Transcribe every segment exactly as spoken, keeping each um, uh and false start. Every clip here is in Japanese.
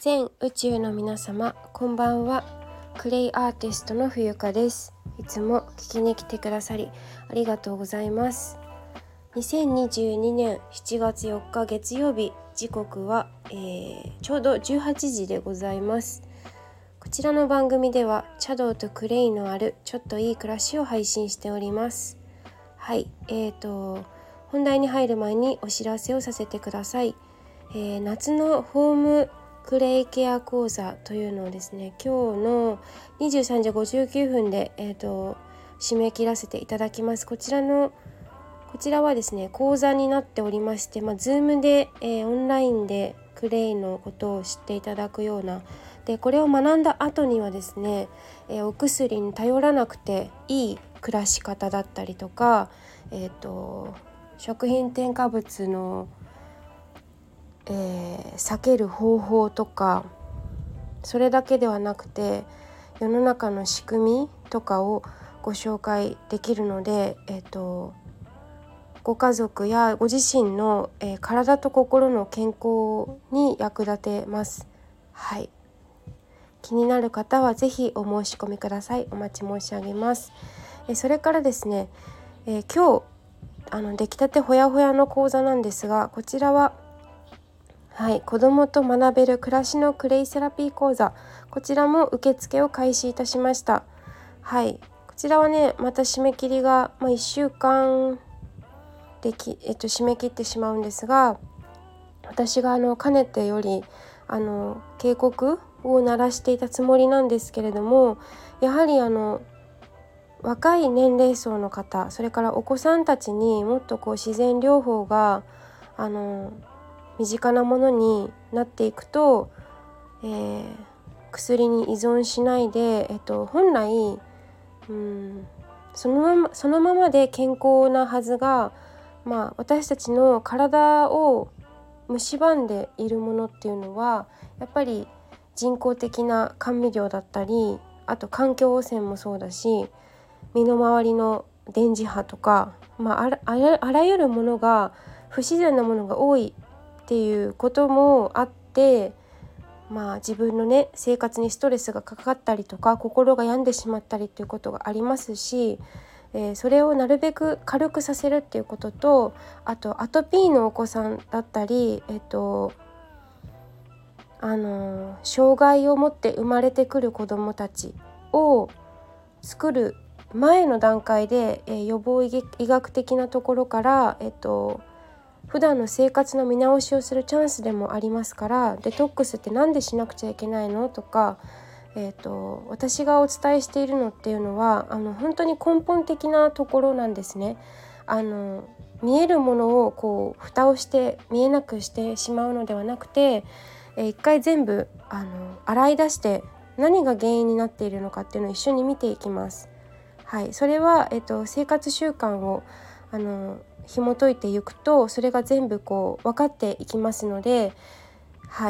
全宇宙の皆様、こんばんは。クレイアーティストの冬香です。いつも聞きに来てくださりありがとうございます。にせんにじゅうにねんしちがつよっか月曜日、時刻は、えー、ちょうどじゅうはちじでございます。こちらの番組では茶道とクレイのあるちょっといい暮らしを配信しております。はい、えーと本題に入る前にお知らせをさせてください。えー、夏のホームクレイケア講座というのをですね、今日のにじゅうさんじごじゅうきゅうふんで、えーと締め切らせていただきます。こちらのこちらはですね、講座になっておりまして、まあ、Zoom で、えー、オンラインでクレイのことを知っていただくようなで、これを学んだ後にはですね、えー、お薬に頼らなくていい暮らし方だったりとか、えーと食品添加物のえー、避ける方法とか、それだけではなくて世の中の仕組みとかをご紹介できるので、えーと、ご家族やご自身の、えー、体と心の健康に役立てます。はい、気になる方はぜひお申し込みください。お待ち申し上げます。えー、それからですね、えー、今日あの出来たてほやほやの講座なんですが、こちらははい、子どもと学べる暮らしのクレイセラピー講座、こちらも受付を開始いたしました。はい、こちらはね、また締め切りが、まあ、いっしゅうかんでき、えっと、締め切ってしまうんですが、私があのかねてよりあの警告を鳴らしていたつもりなんですけれども、やはりあの若い年齢層の方、それからお子さんたちにもっとこう自然療法があの身近なものになっていくと、えー、薬に依存しないで、えっと、本来、うん、そのまま、そのままで健康なはずが、まあ、私たちの体を蝕んでいるものっていうのはやっぱり人工的な甘味料だったり、あと環境汚染もそうだし、身の回りの電磁波とか、まあ、あら、あら、あらゆるものが不自然なものが多いっていうこともあって、まあ自分のね生活にストレスがかかったりとか、心が病んでしまったりっていうことがありますし、えー、それをなるべく軽くさせるっていうことと、あとアトピーのお子さんだったり、えっとあの障害を持って生まれてくる子どもたちを作る前の段階で、えー、予防医学的なところから、えっと普段の生活の見直しをするチャンスでもありますから、デトックスってなんでしなくちゃいけないのとか、えーと、私がお伝えしているのっていうのはあの本当に根本的なところなんですね。あの見えるものをこう蓋をして見えなくしてしまうのではなくて、えー、一回全部あの洗い出して何が原因になっているのかっていうのを一緒に見ていきます。はい、それは、えーと、生活習慣をあの紐解いていくと、それが全部こう分かっていきますので、はい。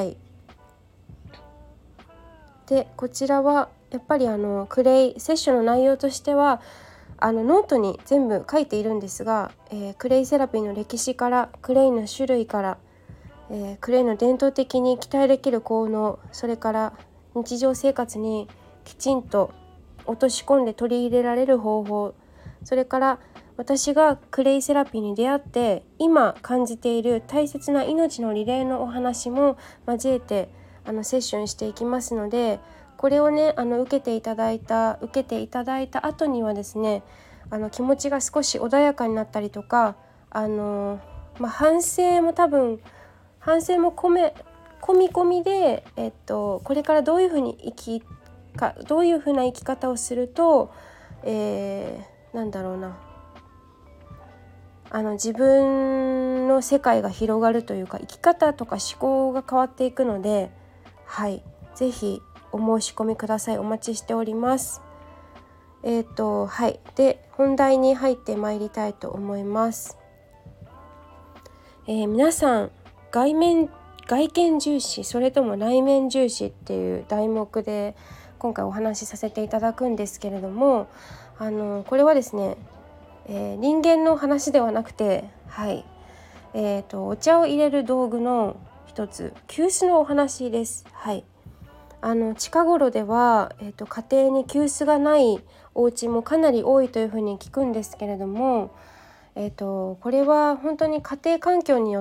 でこちらはやっぱりあのクレイセッションの内容としてはあのノートに全部書いているんですが、えー、クレイセラピーの歴史から、クレイの種類から、えー、クレイの伝統的に期待できる効能、それから日常生活にきちんと落とし込んで取り入れられる方法、それから私がクレイセラピーに出会って今感じている大切な命のリレーのお話も交えてあのセッションしていきますので、これをねあの受けていただいた受けていただいた後にはですね、あの気持ちが少し穏やかになったりとか、あの、まあ、反省も多分反省も込め込み込みで、えっと、これからどういうふうに生きかどういうふうな生き方をすると、えー、なんだろうなあの自分の世界が広がるというか、生き方とか思考が変わっていくので、はい、ぜひお申し込みください。お待ちしております。えっとはいで本題に入ってまいりたいと思います。えー、皆さん外面外見重視、それとも内面重視っていう題目で今回お話しさせていただくんですけれども、あのこれはですね、えー、人間の話ではなくて、はい、えーと、お茶を入れる道具の一つ急須のお話です。はい、あの近頃では、えーと、家庭に急須がないお家もかなり多いというふうに聞くんですけれども、えーと、これは本当に家庭環境によって、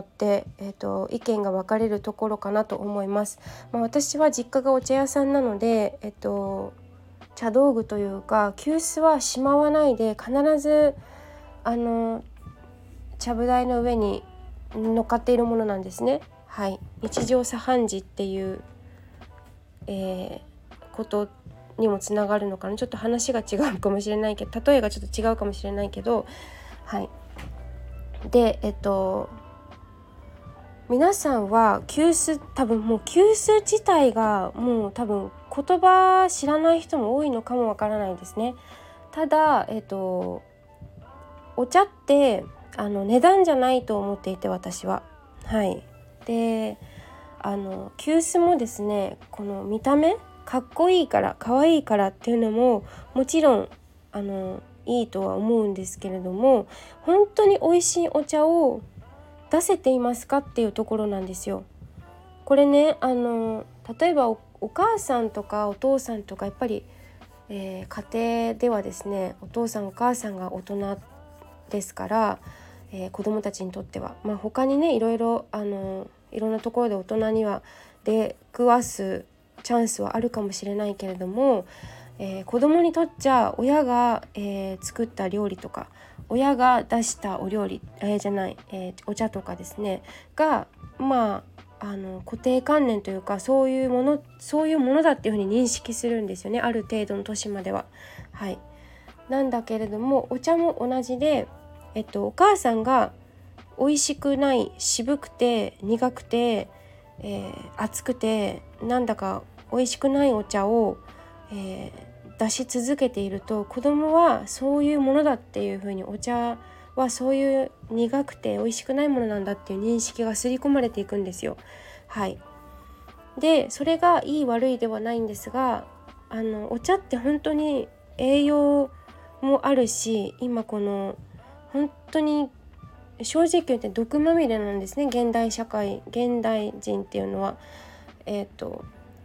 えーと、意見が分かれるところかなと思います。まあ、私は実家がお茶屋さんなので、えーと、茶道具というか急須はしまわないで必ずあのちゃぶ台の上に乗っかっているものなんですね。はい、日常茶飯事っていう、えー、ことにもつながるのかな。ちょっと話が違うかもしれないけど、例えがちょっと違うかもしれないけど、はい。で、えっと皆さんは急須、多分もう急須自体がもう多分言葉知らない人も多いのかもわからないですね。ただ、えっとお茶ってあの値段じゃないと思っていて、私は。はい。で、あの急須もですね、この見た目かっこいいから可愛いからっていうのももちろんあのいいとは思うんですけれども、本当に美味しいお茶を出せていますかっていうところなんですよ。これね、あの例えば お, お母さんとかお父さんとかやっぱり、えー、家庭ではですね、お父さんお母さんが大人ですから、えー、子どもたちにとっては、まあ、他にねいろいろあのいろんなところで大人には出くわすチャンスはあるかもしれないけれども、えー、子どもにとっちゃ親が、えー、作った料理とか親が出したお料理、えー、じゃない、えー、お茶とかですねが、まあ、あの固定観念というかそういうものそういうものだっていうふうに認識するんですよね、ある程度の年までは。はい。なんだけれどもお茶も同じで、えっと、お母さんが美味しくない渋くて苦くて、えー、熱くてなんだか美味しくないお茶を、えー、出し続けていると、子供はそういうものだっていうふうに、お茶はそういう苦くて美味しくないものなんだっていう認識が刷り込まれていくんですよ。はい。でそれがいい悪いではないんですが、あのお茶って本当に栄養もあるし、今この本当に正直言って毒まみれなんですね、現代社会現代人っていうのは。えっと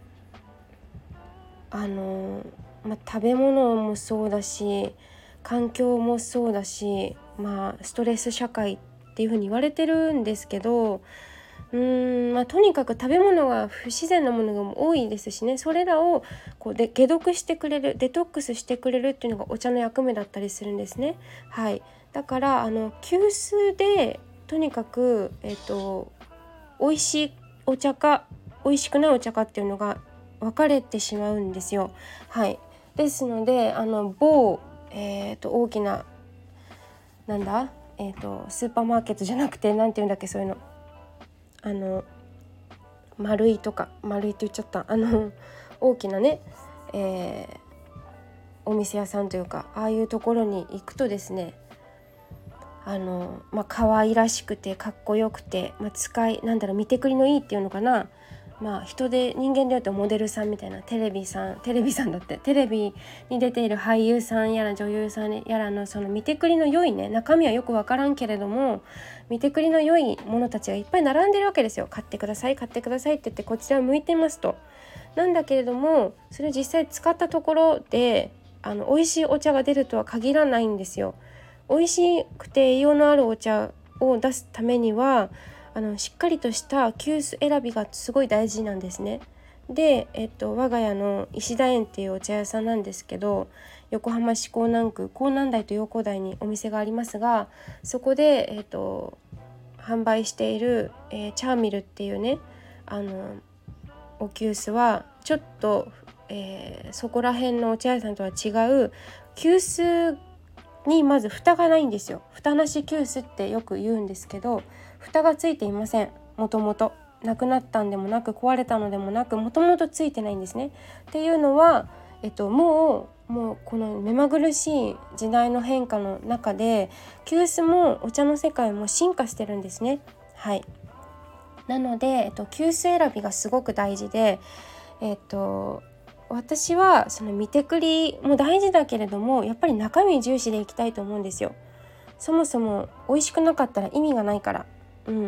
あの、まあ、食べ物もそうだし環境もそうだし、まあ、ストレス社会っていうふうに言われてるんですけど、うーん、まあ、とにかく食べ物が不自然なものが多いですしね、それらをこうで解毒してくれる、デトックスしてくれるっていうのがお茶の役目だったりするんですね。はい。だからあの急須でとにかく、えっと、美味しいお茶か美味しくないお茶かっていうのが分かれてしまうんですよ。はい。ですのであの某、えー、と大きななんだ、えー、とスーパーマーケットじゃなくてなんていうんだっけ、そういうの、あの丸いとか丸いって言っちゃった、あの大きなね、えー、お店屋さんというかああいうところに行くとですね、あのまあ可愛らしくてかっこよくて、まあ、使いなんだろう見てくりのいいっていうのかな、まあ人で人間でいうとモデルさんみたいな、テレビさんテレビさんだってテレビに出ている俳優さんやら女優さんやらのその見てくりの良いね、中身はよくわからんけれども見てくりの良いものたちがいっぱい並んでるわけですよ。買ってください買ってくださいって言ってこちらを向いてますと。なんだけれどもそれを実際使ったところであの美味しいお茶が出るとは限らないんですよ。美味しくて栄養のあるお茶を出すためにはあのしっかりとした急須選びがすごい大事なんですね。で、えっと、我が家の石田園っていうお茶屋さんなんですけど、横浜市港南区港南台と陽光台にお店がありますが、そこで、えっと、販売している、えー、チャーミルっていうねあのお急須はちょっと、えー、そこら辺のお茶屋さんとは違う急須にまず蓋がないんですよ。蓋なし急須ってよく言うんですけど、蓋がついていません。もともとなくなったんでもなく壊れたのでもなく、もともとついてないんですね。っていうのは、えっと、もうもうこの目まぐるしい時代の変化の中で急須もお茶の世界も進化してるんですね。はい。なので、えっと、急須選びがすごく大事で、えっと私はその見てくりも大事だけれどもやっぱり中身重視でいきたいと思うんですよ。そもそも美味しくなかったら意味がないから。うん。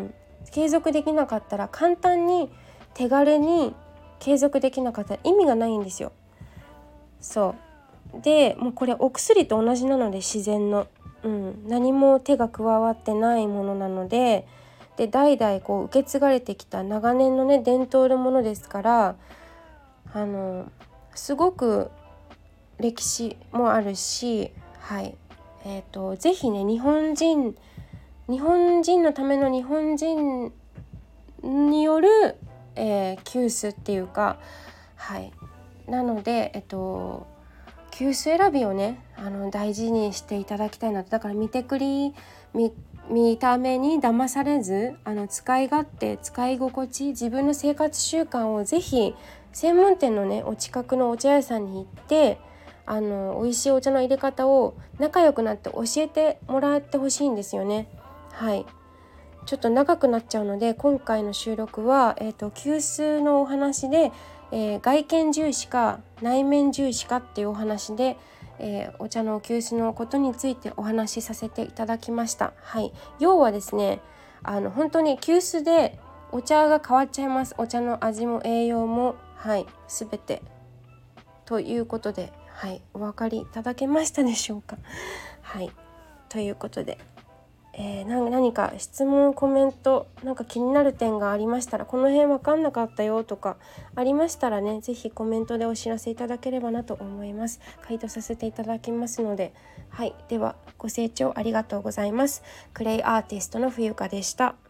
継続できなかったら、簡単に手軽に継続できなかったら意味がないんですよ。そうで、もうこれお薬と同じなので、自然の、うん、何も手が加わってないものなので、で代々こう受け継がれてきた長年のね伝統のものですから、あのすごく歴史もあるし、はいえーと、ぜひね日本人日本人のための日本人による、えー、急須っていうか、はいなので、えっと、急須選びをねあの大事にしていただきたいなと。だから見てくり 見, 見た目に騙されず、あの使い勝手、使い心地、自分の生活習慣をぜひ専門店のねお近くのお茶屋さんに行って、あの美味しいお茶の入れ方を仲良くなって教えてもらってほしいんですよね。はいちょっと長くなっちゃうので、今回の収録は、えーと、急須のお話で、えー、外見重視か内面重視かっていうお話で、えー、お茶の急須のことについてお話しさせていただきました。はい、要はですね、あの本当に急須でお茶が変わっちゃいます。お茶の味も栄養も、はい、すべてということで、はい、お分かりいただけましたでしょうか。はいということで、えー、な何か質問コメントなんか気になる点がありましたら、この辺分かんなかったよとかありましたらね、ぜひコメントでお知らせいただければなと思います。回答させていただきますので、はいではご清聴ありがとうございます。クレイアーティストの冬香でした。